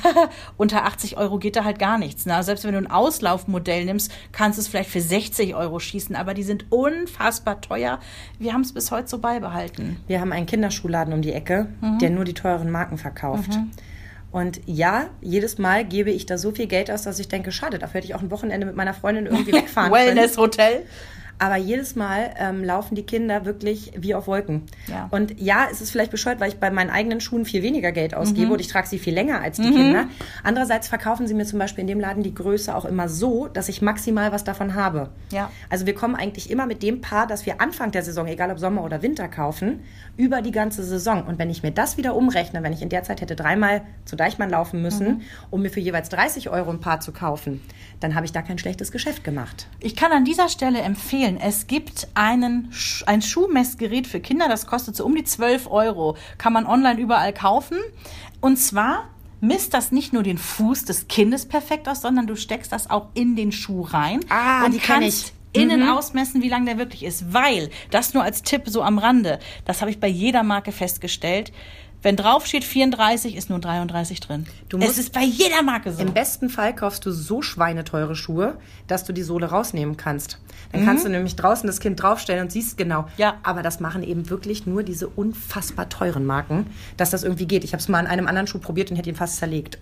unter 80 € geht da halt gar nichts. Ne? Selbst wenn du ein Auslaufmodell nimmst, kannst du es vielleicht für 60 € schießen. Aber die sind unfassbar teuer. Wir haben es bis heute so beibehalten. Wir haben einen Kinderschuhladen um die Ecke, der nur die teuren Marken verkauft. Und ja, jedes Mal gebe ich da so viel Geld aus, dass ich denke, schade, dafür hätte ich auch ein Wochenende mit meiner Freundin irgendwie wegfahren können. Wellness-Hotel. Aber jedes Mal laufen die Kinder wirklich wie auf Wolken. Ja. Und ja, es ist vielleicht bescheuert, weil ich bei meinen eigenen Schuhen viel weniger Geld ausgebe und ich trage sie viel länger als die Kinder. Andererseits verkaufen sie mir zum Beispiel in dem Laden die Größe auch immer so, dass ich maximal was davon habe. Ja. Also wir kommen eigentlich immer mit dem Paar, das wir Anfang der Saison, egal ob Sommer oder Winter kaufen, über die ganze Saison. Und wenn ich mir das wieder umrechne, wenn ich in der Zeit hätte 3-mal zu Deichmann laufen müssen, um mir für jeweils 30 € ein Paar zu kaufen, dann habe ich da kein schlechtes Geschäft gemacht. Ich kann an dieser Stelle empfehlen, es gibt ein Schuhmessgerät für Kinder, das kostet so um die 12 €. Kann man online überall kaufen. Und zwar misst das nicht nur den Fuß des Kindes perfekt aus, sondern du steckst das auch in den Schuh rein. Und kannst innen ausmessen, wie lang der wirklich ist. Weil, das nur als Tipp so am Rande, das habe ich bei jeder Marke festgestellt, wenn drauf steht 34, ist nur 33 drin. Es ist bei jeder Marke so. Im besten Fall kaufst du so schweineteure Schuhe, dass du die Sohle rausnehmen kannst. Dann kannst du nämlich draußen das Kind draufstellen und siehst genau. Ja. Aber das machen eben wirklich nur diese unfassbar teuren Marken, dass das irgendwie geht. Ich habe es mal an einem anderen Schuh probiert und hätte ihn fast zerlegt.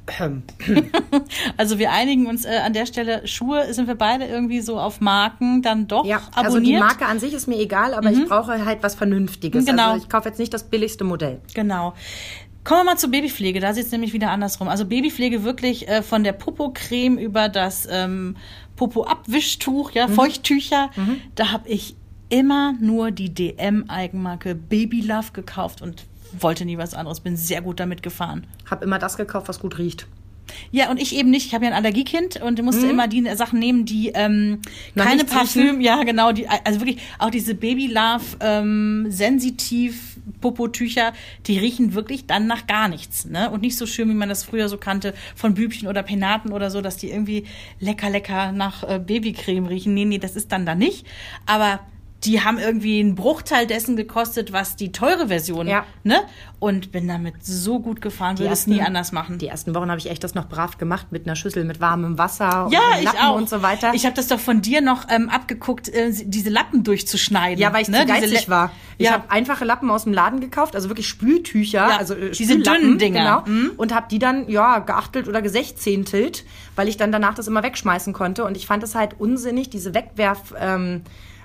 Also wir einigen uns an der Stelle, Schuhe sind wir beide irgendwie so auf Marken dann doch abonniert. Also die Marke an sich ist mir egal, aber ich brauche halt was Vernünftiges. Genau. Also ich kaufe jetzt nicht das billigste Modell. Genau. Kommen wir mal zur Babypflege, da sieht es nämlich wieder andersrum. Also Babypflege wirklich von der Popocreme über das Popo-Abwischtuch, Feuchttücher. Da habe ich immer nur die DM-Eigenmarke Baby Love gekauft und wollte nie was anderes. Bin sehr gut damit gefahren. Habe immer das gekauft, was gut riecht. Ja, und ich eben nicht. Ich habe ja ein Allergiekind und musste immer die Sachen nehmen, die keine Parfüm, also wirklich auch diese Baby Love sensitiv Popotücher, die riechen wirklich dann nach gar nichts, ne? Und nicht so schön, wie man das früher so kannte von Bübchen oder Penaten oder so, dass die irgendwie lecker nach Babycreme riechen. Nee, das ist dann da nicht. Aber die haben irgendwie einen Bruchteil dessen gekostet, was die teure Version, ne? Und bin damit so gut gefahren, würde es nie anders machen. Die ersten Wochen habe ich echt das noch brav gemacht mit einer Schüssel mit warmem Wasser und Lappen ich auch. Und so weiter. Ich habe das doch von dir noch abgeguckt, diese Lappen durchzuschneiden. Ja, weil ich zu geizig war. Ich habe einfache Lappen aus dem Laden gekauft, also wirklich Spültücher, also diese dünnen Dinger. Genau, und habe die dann geachtelt oder gesechzehntelt, weil ich dann danach das immer wegschmeißen konnte. Und ich fand es halt unsinnig, diese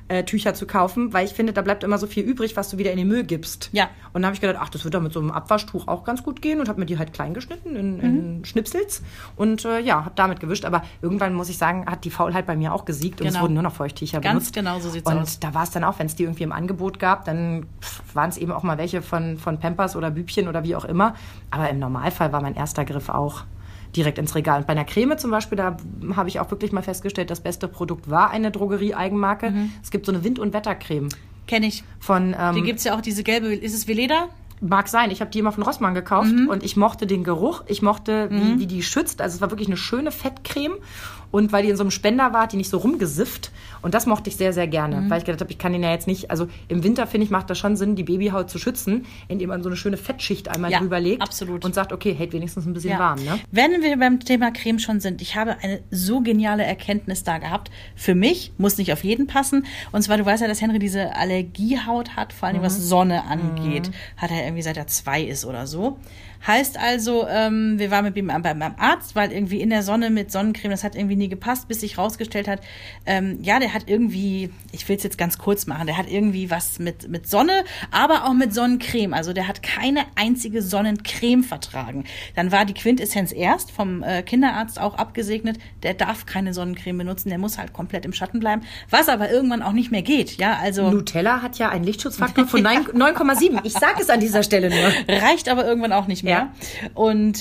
Tücher zu kaufen, weil ich finde, da bleibt immer so viel übrig, was du wieder in den Müll gibst. Ja. Und dann habe ich gedacht, ach, das wird doch mit so einem Abwaschtuch auch ganz gut gehen und habe mir die halt klein geschnitten in Schnipsels und habe damit gewischt. Aber irgendwann, muss ich sagen, hat die Faulheit bei mir auch gesiegt und es wurden nur noch Feuchttücher benutzt. Ganz genau, so sieht's aus. aus. Und da war es dann auch, wenn es die irgendwie im Angebot gab, dann waren es eben auch mal welche von Pampers oder Bübchen oder wie auch immer. Aber im Normalfall war mein erster Griff auch direkt ins Regal. Und bei einer Creme zum Beispiel, da habe ich auch wirklich mal festgestellt, das beste Produkt war eine Drogerie-Eigenmarke. Es gibt so eine Wind- und Wettercreme. Kenne ich. Die gibt es ja auch, diese gelbe, ist es Veleda? Mag sein. Ich habe die immer von Rossmann gekauft und ich mochte den Geruch. Ich mochte, wie die schützt. Also es war wirklich eine schöne Fettcreme. Und weil die in so einem Spender war, hat die nicht so rumgesifft. Und das mochte ich sehr, sehr gerne. Weil ich gedacht habe, ich kann den ja jetzt nicht, also im Winter, finde ich, macht das schon Sinn, die Babyhaut zu schützen, indem man so eine schöne Fettschicht einmal drüber legt. Absolut. Und sagt, okay, hält wenigstens ein bisschen warm. Ne? Wenn wir beim Thema Creme schon sind, ich habe eine so geniale Erkenntnis da gehabt. Für mich, muss nicht auf jeden passen. Und zwar, du weißt ja, dass Henry diese Allergiehaut hat, vor allem was Sonne angeht. Hat er irgendwie seit er 2 ist oder so. Heißt also, wir waren mit ihm beim Arzt, weil irgendwie in der Sonne mit Sonnencreme, das hat irgendwie nie gepasst, bis sich rausgestellt hat, der hat irgendwie, ich will es jetzt ganz kurz machen, der hat irgendwie was mit Sonne, aber auch mit Sonnencreme. Also der hat keine einzige Sonnencreme vertragen. Dann war die Quintessenz erst vom Kinderarzt auch abgesegnet, der darf keine Sonnencreme benutzen, der muss halt komplett im Schatten bleiben, was aber irgendwann auch nicht mehr geht. Ja, also Nutella hat ja einen Lichtschutzfaktor von 9,7. Ich sage es an dieser Stelle nur. Reicht aber irgendwann auch nicht mehr. Ja. Und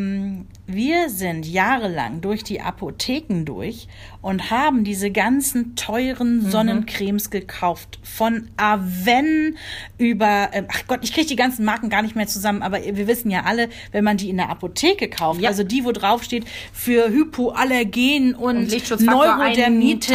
wir sind jahrelang durch die Apotheken durch und haben diese ganzen teuren Sonnencremes gekauft. Von Aven über, ach Gott, ich kriege die ganzen Marken gar nicht mehr zusammen, aber wir wissen ja alle, wenn man die in der Apotheke kauft, also die, wo drauf steht, für Hypoallergen und Neurodermitis.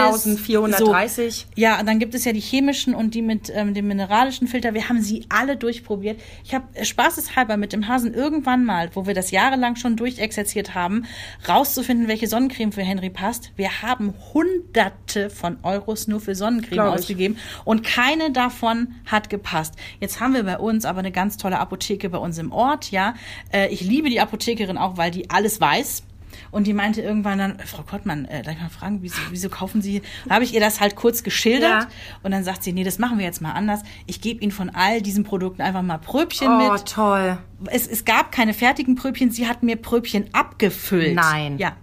1430. So. Ja, und dann gibt es ja die chemischen und die mit dem mineralischen Filter. Wir haben sie alle durchprobiert. Ich habe spaßeshalber mit dem Hasen irgendwann mal, wo wir das jahrelang schon durchexerziert haben, rauszufinden, welche Sonnencreme für Henry passt. Wir haben Hunderte von Euros nur für Sonnencreme ausgegeben und keine davon hat gepasst. Jetzt haben wir bei uns aber eine ganz tolle Apotheke bei uns im Ort, ja. Ich liebe die Apothekerin auch, weil die alles weiß. Und die meinte irgendwann dann, Frau Kottmann, darf ich mal fragen, wieso kaufen Sie? Da habe ich ihr das halt kurz geschildert. Und dann sagt sie, nee, das machen wir jetzt mal anders. Ich gebe Ihnen von all diesen Produkten einfach mal Pröbchen mit. Oh, toll. Es gab keine fertigen Pröbchen, sie hat mir Pröbchen abgefüllt. Nein. Ja.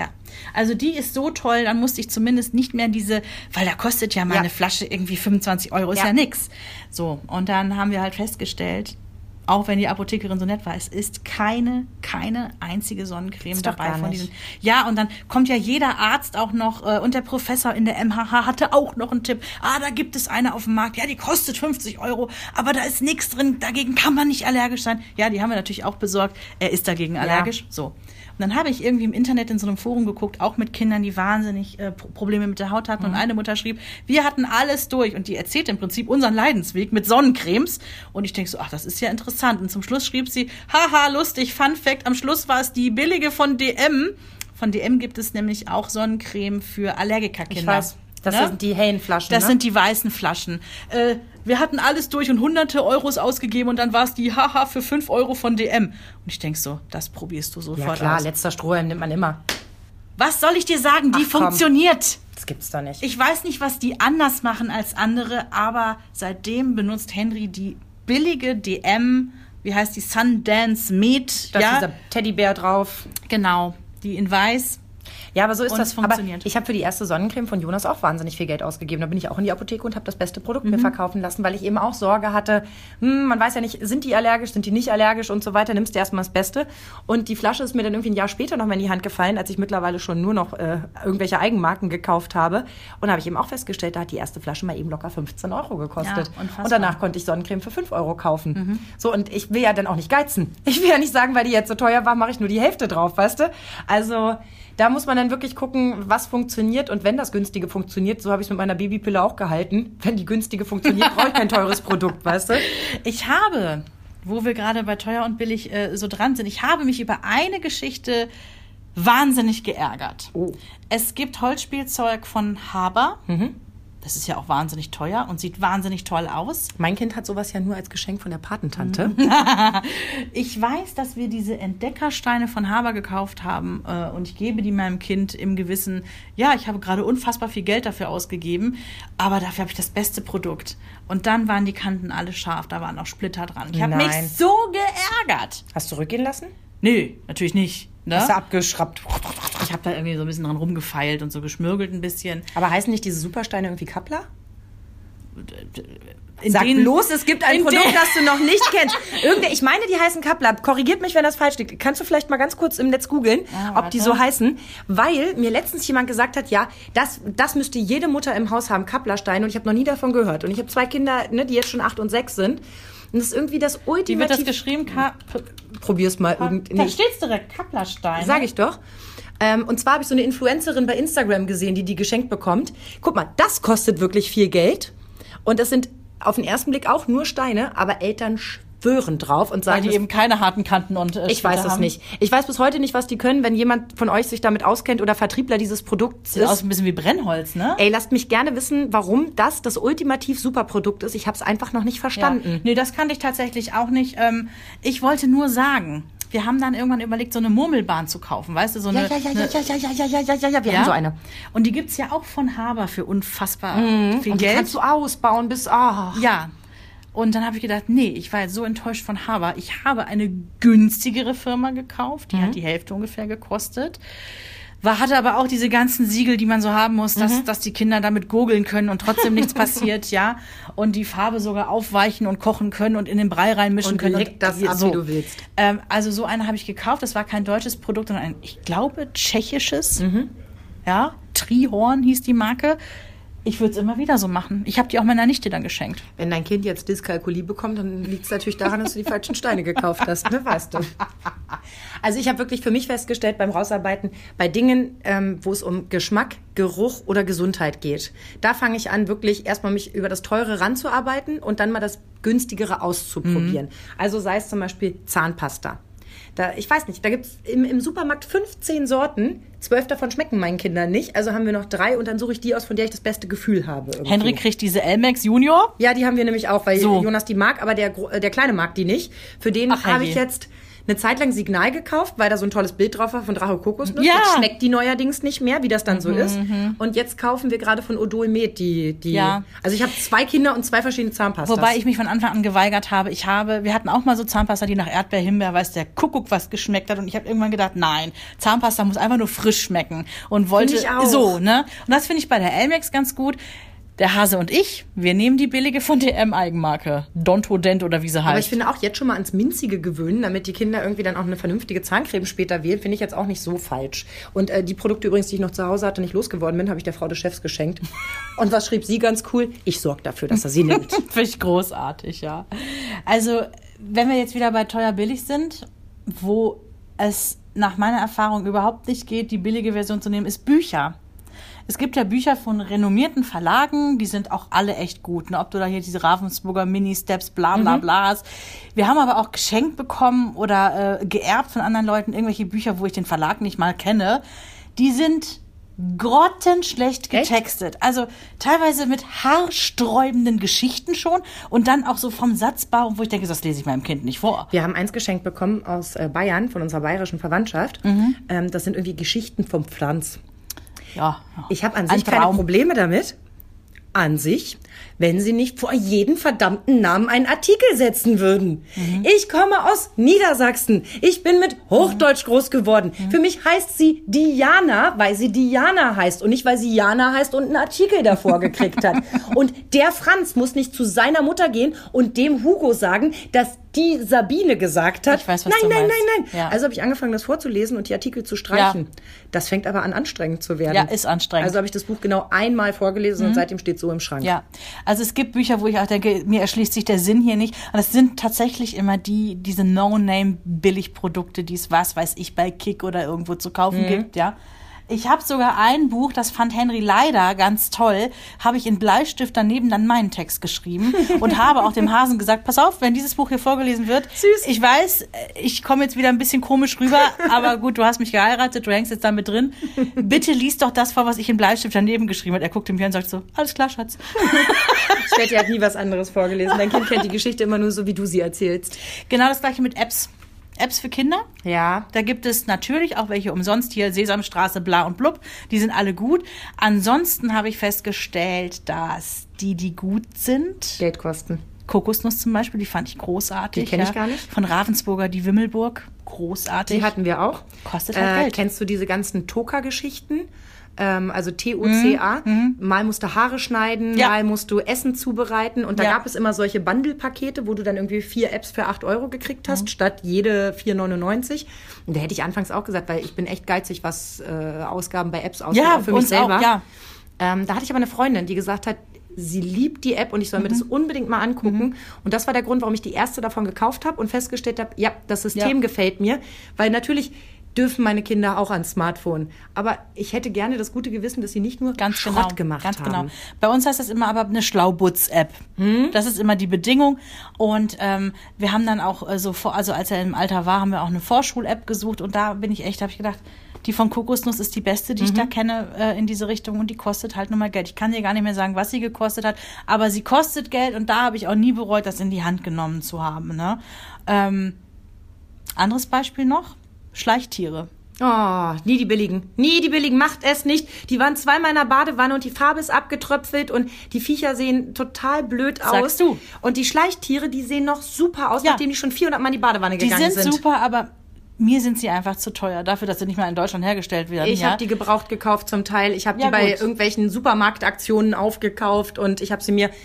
Also die ist so toll, dann musste ich zumindest nicht mehr weil da kostet ja mal eine Flasche irgendwie 25 €, ist ja nix. So, und dann haben wir halt festgestellt, auch wenn die Apothekerin so nett war, es ist keine einzige Sonnencreme dabei von diesen. Ja, und dann kommt ja jeder Arzt auch noch und der Professor in der MHH hatte auch noch einen Tipp. Da gibt es eine auf dem Markt, ja, die kostet 50 €, aber da ist nichts drin, dagegen kann man nicht allergisch sein. Ja, die haben wir natürlich auch besorgt. Er ist dagegen allergisch. So. Und dann habe ich irgendwie im Internet in so einem Forum geguckt, auch mit Kindern, die wahnsinnig Probleme mit der Haut hatten. Und eine Mutter schrieb, wir hatten alles durch. Und die erzählt im Prinzip unseren Leidensweg mit Sonnencremes. Und ich denke so, ach, das ist ja interessant. Und zum Schluss schrieb sie, haha, lustig, Fun Fact, am Schluss war es die billige von DM. Von DM gibt es nämlich auch Sonnencreme für Allergikerkinder. Ich weiß, das sind die hellen Flaschen. Das sind die weißen Flaschen. Wir hatten alles durch und hunderte Euros ausgegeben und dann war es die Haha für 5 € von DM. Und ich denke so, das probierst du sofort aus. Ja klar, letzter Strohhalm nimmt man immer. Was soll ich dir sagen? Die funktioniert. Das gibt's doch nicht. Ich weiß nicht, was die anders machen als andere, aber seitdem benutzt Henry die billige DM, wie heißt die, Sundance Med. Da ist dieser Teddybär drauf. Genau, die in weiß. Ja, aber so ist das. Funktioniert. Aber ich habe für die erste Sonnencreme von Jonas auch wahnsinnig viel Geld ausgegeben. Da bin ich auch in die Apotheke und habe das beste Produkt mir verkaufen lassen, weil ich eben auch Sorge hatte, man weiß ja nicht, sind die allergisch, sind die nicht allergisch und so weiter, nimmst du erstmal das Beste. Und die Flasche ist mir dann irgendwie ein Jahr später noch mal in die Hand gefallen, als ich mittlerweile schon nur noch irgendwelche Eigenmarken gekauft habe. Und da habe ich eben auch festgestellt, da hat die erste Flasche mal eben locker 15 € gekostet. Ja, und danach konnte ich Sonnencreme für 5 € kaufen. So, und ich will ja dann auch nicht geizen. Ich will ja nicht sagen, weil die jetzt so teuer war, mache ich nur die Hälfte drauf, weißt du? Also da muss man dann wirklich gucken, was funktioniert. Und wenn das Günstige funktioniert, so habe ich es mit meiner Babypille auch gehalten. Wenn die Günstige funktioniert, brauche ich kein teures Produkt, weißt du? Ich habe, wo wir gerade bei teuer und billig so dran sind, ich habe mich über eine Geschichte wahnsinnig geärgert. Oh. Es gibt Holzspielzeug von Haber. das ist ja auch wahnsinnig teuer und sieht wahnsinnig toll aus. Mein Kind hat sowas ja nur als Geschenk von der Patentante. Ich weiß, dass wir diese Entdeckersteine von Haber gekauft haben und ich gebe die meinem Kind im Gewissen, ja, ich habe gerade unfassbar viel Geld dafür ausgegeben, aber dafür habe ich das beste Produkt. Und dann waren die Kanten alle scharf, da waren auch Splitter dran. Ich habe mich so geärgert. Hast du zurückgehen lassen? Nö, natürlich nicht. Ne? Hast du abgeschraubt? Ich habe da irgendwie so ein bisschen dran rumgefeilt und so geschmürgelt ein bisschen. Aber heißen nicht diese Supersteine irgendwie Kappler? In Sag denen- bloß, es gibt ein in Produkt, den- das du noch nicht kennst. Ich meine, die heißen Kappler. Korrigiert mich, wenn das falsch liegt. Kannst du vielleicht mal ganz kurz im Netz googeln, ob die warte. so heißen? Weil mir letztens jemand gesagt hat, ja, das müsste jede Mutter im Haus haben, Kapplersteine. Und ich habe noch nie davon gehört. Und ich habe 2 Kinder, ne, die jetzt schon 8 und 6 sind. Und das ist irgendwie das ultimativ... Wie wird das geschrieben? Probier's mal. Da steht's direkt, Kapplerstein. Sag ich doch. Und zwar habe ich so eine Influencerin bei Instagram gesehen, die geschenkt bekommt. Guck mal, das kostet wirklich viel Geld. Und das sind auf den ersten Blick auch nur Steine, aber Eltern schwören drauf und Weil sagen, die eben keine harten Kanten und ich weiß es nicht. Ich weiß bis heute nicht, was die können. Wenn jemand von euch sich damit auskennt oder Vertriebler dieses Produkts Sieht aus ist, ein bisschen wie Brennholz, ne? ey, lasst mich gerne wissen, warum das ultimativ super Produkt ist. Ich habe es einfach noch nicht verstanden. Ja. Nee, das kannte ich tatsächlich auch nicht. Ich wollte nur sagen, wir haben dann irgendwann überlegt, so eine Murmelbahn zu kaufen, weißt du? So eine, Ja, wir haben so eine. Und die gibt's ja auch von Haber für unfassbar viel Und die Geld. kannst du ausbauen bis, Ja. Und dann habe ich gedacht, nee, ich war jetzt so enttäuscht von Haber. Ich habe eine günstigere Firma gekauft, die hat die Hälfte ungefähr gekostet. Hatte aber auch diese ganzen Siegel, die man so haben muss, dass die Kinder damit gurgeln können und trotzdem nichts passiert, ja. Und die Farbe sogar aufweichen und kochen können und in den Brei reinmischen Und können. leg das ab, wie du willst. Also so eine habe ich gekauft. Das war kein deutsches Produkt, sondern ein, ich glaube, tschechisches. Ja, Trihorn hieß die Marke. Ich würde es immer wieder so machen. Ich habe die auch meiner Nichte dann geschenkt. Wenn dein Kind jetzt Dyskalkulie bekommt, dann liegt es natürlich daran, dass du die falschen Steine gekauft hast, ne, weißt du. Also ich habe wirklich für mich festgestellt beim Rausarbeiten, bei Dingen, wo es um Geschmack, Geruch oder Gesundheit geht, da fange ich an, wirklich erstmal mich über das Teure ranzuarbeiten und dann mal das Günstigere auszuprobieren. Also sei es zum Beispiel Zahnpasta. Ich weiß nicht, da gibt's im Supermarkt 15 Sorten, 12 davon schmecken meinen Kindern nicht, also haben wir noch 3 und dann suche ich die aus, von der ich das beste Gefühl habe. Irgendwie. Henry kriegt diese Elmex Junior. Ja, die haben wir nämlich auch, weil So. Jonas die mag, aber der Kleine mag die nicht. Für den Ach, habe ich herrje. jetzt eine Zeit lang Signal gekauft, weil da so ein tolles Bild drauf war von Drache Kokosnuss. Ja. Jetzt schmeckt die neuerdings nicht mehr, wie das dann so ist. Und jetzt kaufen wir gerade von Odol Med die. Ja. Also ich habe 2 Kinder und 2 verschiedene Zahnpastas. Wobei ich mich von Anfang an geweigert habe. Wir hatten auch mal so Zahnpasta, die nach Erdbeer, Himbeer, weiß der Kuckuck was geschmeckt hat. Und ich habe irgendwann gedacht, nein, Zahnpasta muss einfach nur frisch schmecken. Und wollte Find ich auch. so, ne? Und das finde ich bei der Elmex ganz gut. Der Hase und ich, wir nehmen die billige von DM-Eigenmarke. Dontodent oder wie sie heißt. Aber ich finde auch jetzt schon mal ans Minzige gewöhnen, damit die Kinder irgendwie dann auch eine vernünftige Zahncreme später wählen, finde ich jetzt auch nicht so falsch. Und die Produkte übrigens, die ich noch zu Hause hatte, nicht losgeworden bin, habe ich der Frau des Chefs geschenkt. Und was schrieb sie ganz cool? Ich sorge dafür, dass er sie nimmt. Finde ich großartig, ja. Also, wenn wir jetzt wieder bei teuer billig sind, wo es nach meiner Erfahrung überhaupt nicht geht, die billige Version zu nehmen, ist Bücher. Es gibt ja Bücher von renommierten Verlagen, die sind auch alle echt gut. Ne? Ob du da hier diese Ravensburger Mini-Steps, bla bla bla hast. Wir haben aber auch geschenkt bekommen oder geerbt von anderen Leuten irgendwelche Bücher, wo ich den Verlag nicht mal kenne. Die sind grottenschlecht getextet. Also teilweise mit haarsträubenden Geschichten schon und dann auch so vom Satzbau, wo ich denke, das lese ich meinem Kind nicht vor. Wir haben eins geschenkt bekommen aus Bayern, von unserer bayerischen Verwandtschaft. Das sind irgendwie Geschichten vom Pflanz. Ja, Ich habe an ein sich keine Traum. Probleme damit. An sich, wenn sie nicht vor jeden verdammten Namen einen Artikel setzen würden. Ich komme aus Niedersachsen. Ich bin mit Hochdeutsch groß geworden. Für mich heißt sie Diana, weil sie Diana heißt und nicht, weil sie Jana heißt und einen Artikel davor gekriegt hat. Und der Franz muss nicht zu seiner Mutter gehen und dem Hugo sagen, dass die Sabine gesagt hat. Ich weiß, was nein, du nein, meinst. nein, nein. Ja. Also habe ich angefangen, das vorzulesen und die Artikel zu streichen. Ja. Das fängt aber an, anstrengend zu werden. Ja, ist anstrengend. Also habe ich das Buch genau einmal vorgelesen und seitdem steht so im Schrank. Ja, also es gibt Bücher, wo ich auch denke, mir erschließt sich der Sinn hier nicht. Und es sind tatsächlich immer diese No-Name-Billigprodukte, die es, was weiß ich, bei Kick oder irgendwo zu kaufen gibt, ja. Ich habe sogar ein Buch, das fand Henry leider ganz toll, habe ich in Bleistift daneben dann meinen Text geschrieben und habe auch dem Hasen gesagt, pass auf, wenn dieses Buch hier vorgelesen wird, süß. Ich weiß, ich komme jetzt wieder ein bisschen komisch rüber, aber gut, du hast mich geheiratet, du hängst jetzt da mit drin. Bitte lies doch das vor, was ich in Bleistift daneben geschrieben habe. Er guckte mich an und sagt so, alles klar, Schatz. Sveti hat nie was anderes vorgelesen. Dein Kind kennt die Geschichte immer nur so, wie du sie erzählst. Genau das gleiche mit Apps. Apps für Kinder. Ja. Da gibt es natürlich auch welche umsonst hier, Sesamstraße, bla und blub. Die sind alle gut. Ansonsten habe ich festgestellt, dass die gut sind. Geld kosten. Kokosnuss zum Beispiel, die fand ich großartig. Die kenne ich gar nicht. Von Ravensburger, die Wimmelburg. Großartig. Die hatten wir auch. Kostet halt Geld. Kennst du diese ganzen Toka-Geschichten? Also T-O-C-A. Mal musst du Haare schneiden, mal musst du Essen zubereiten. Und da gab es immer solche Bundle-Pakete, wo du dann irgendwie 4 Apps für 8 Euro gekriegt hast, statt jede 4,99. Und da hätte ich anfangs auch gesagt, weil ich bin echt geizig, was Ausgaben bei Apps ausgeht, auch für mich selber. Auch, ja. Da hatte ich aber eine Freundin, die gesagt hat, sie liebt die App und ich soll mir das unbedingt mal angucken. Und das war der Grund, warum ich die erste davon gekauft habe und festgestellt habe, ja, das System gefällt mir. Weil natürlich dürfen meine Kinder auch ans Smartphone. Aber ich hätte gerne das gute Gewissen, dass sie nicht nur Schrott gemacht haben. Genau. Bei uns heißt das immer aber eine Schlaubutz-App. Das ist immer die Bedingung. Und wir haben dann auch also als er im Alter war, haben wir auch eine Vorschul-App gesucht. Und da habe ich gedacht, die von Kokosnuss ist die beste, die ich da kenne in diese Richtung. Und die kostet halt nur mal Geld. Ich kann dir gar nicht mehr sagen, was sie gekostet hat. Aber sie kostet Geld. Und da habe ich auch nie bereut, das in die Hand genommen zu haben. Ne? Anderes Beispiel noch. Schleichtiere. Oh, nie die billigen. Nie die billigen, macht es nicht. Die waren 2-mal in der Badewanne und die Farbe ist abgetröpfelt und die Viecher sehen total blöd aus. Sagst du. Und die Schleichtiere, die sehen noch super aus, nachdem die schon 400 Mal in die Badewanne gegangen sind. Die sind super, aber mir sind sie einfach zu teuer, dafür, dass sie nicht mal in Deutschland hergestellt werden. Ich habe die gebraucht gekauft zum Teil. Ich habe die bei irgendwelchen Supermarktaktionen aufgekauft und ich habe sie mir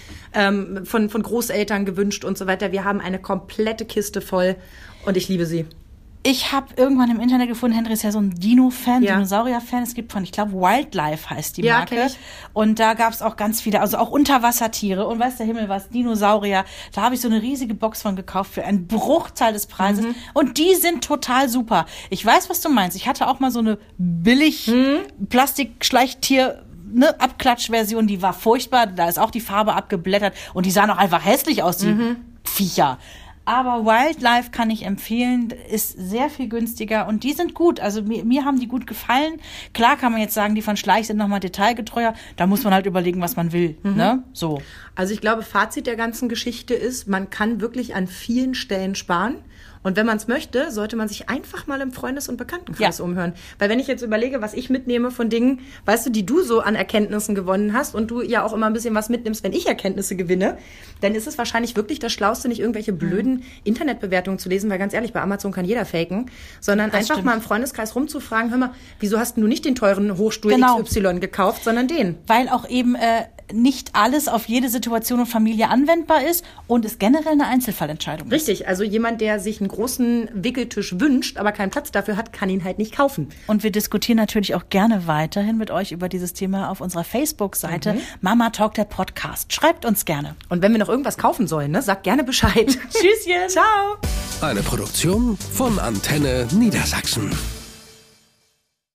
von Großeltern gewünscht und so weiter. Wir haben eine komplette Kiste voll und ich liebe sie. Ich habe irgendwann im Internet gefunden, Henry ist ja so ein Dino-Fan, Dinosaurier-Fan. Es gibt ich glaube, Wildlife heißt die Marke. Kenn ich. Und da gab es auch ganz viele, also auch Unterwassertiere und weiß der Himmel was, Dinosaurier. Da habe ich so eine riesige Box von gekauft für einen Bruchteil des Preises. Und die sind total super. Ich weiß, was du meinst. Ich hatte auch mal so eine billig Plastik-Schleichtier- Abklatschversion, die war furchtbar. Da ist auch die Farbe abgeblättert und die sahen auch einfach hässlich aus, die Viecher. Aber Wildlife kann ich empfehlen, ist sehr viel günstiger und die sind gut. Also mir haben die gut gefallen. Klar kann man jetzt sagen, die von Schleich sind nochmal detailgetreuer. Da muss man halt überlegen, was man will. Ne? So. Also ich glaube, Fazit der ganzen Geschichte ist, man kann wirklich an vielen Stellen sparen. Und wenn man es möchte, sollte man sich einfach mal im Freundes- und Bekanntenkreis umhören. Weil wenn ich jetzt überlege, was ich mitnehme von Dingen, weißt du, die du so an Erkenntnissen gewonnen hast und du ja auch immer ein bisschen was mitnimmst, wenn ich Erkenntnisse gewinne, dann ist es wahrscheinlich wirklich das Schlauste, nicht irgendwelche blöden Internetbewertungen zu lesen, weil ganz ehrlich, bei Amazon kann jeder faken, sondern einfach mal im Freundeskreis rumzufragen, hör mal, wieso hast du nicht den teuren Hochstuhl XY gekauft, sondern den? Weil auch eben nicht alles auf jede Situation und Familie anwendbar ist und es generell eine Einzelfallentscheidung ist. Richtig, also jemand, der sich einen großen Wickeltisch wünscht, aber keinen Platz dafür hat, kann ihn halt nicht kaufen. Und wir diskutieren natürlich auch gerne weiterhin mit euch über dieses Thema auf unserer Facebook-Seite Mama Talk, der Podcast. Schreibt uns gerne. Und wenn wir noch irgendwas kaufen sollen, ne, sagt gerne Bescheid. Tschüsschen. Ciao. Eine Produktion von Antenne Niedersachsen.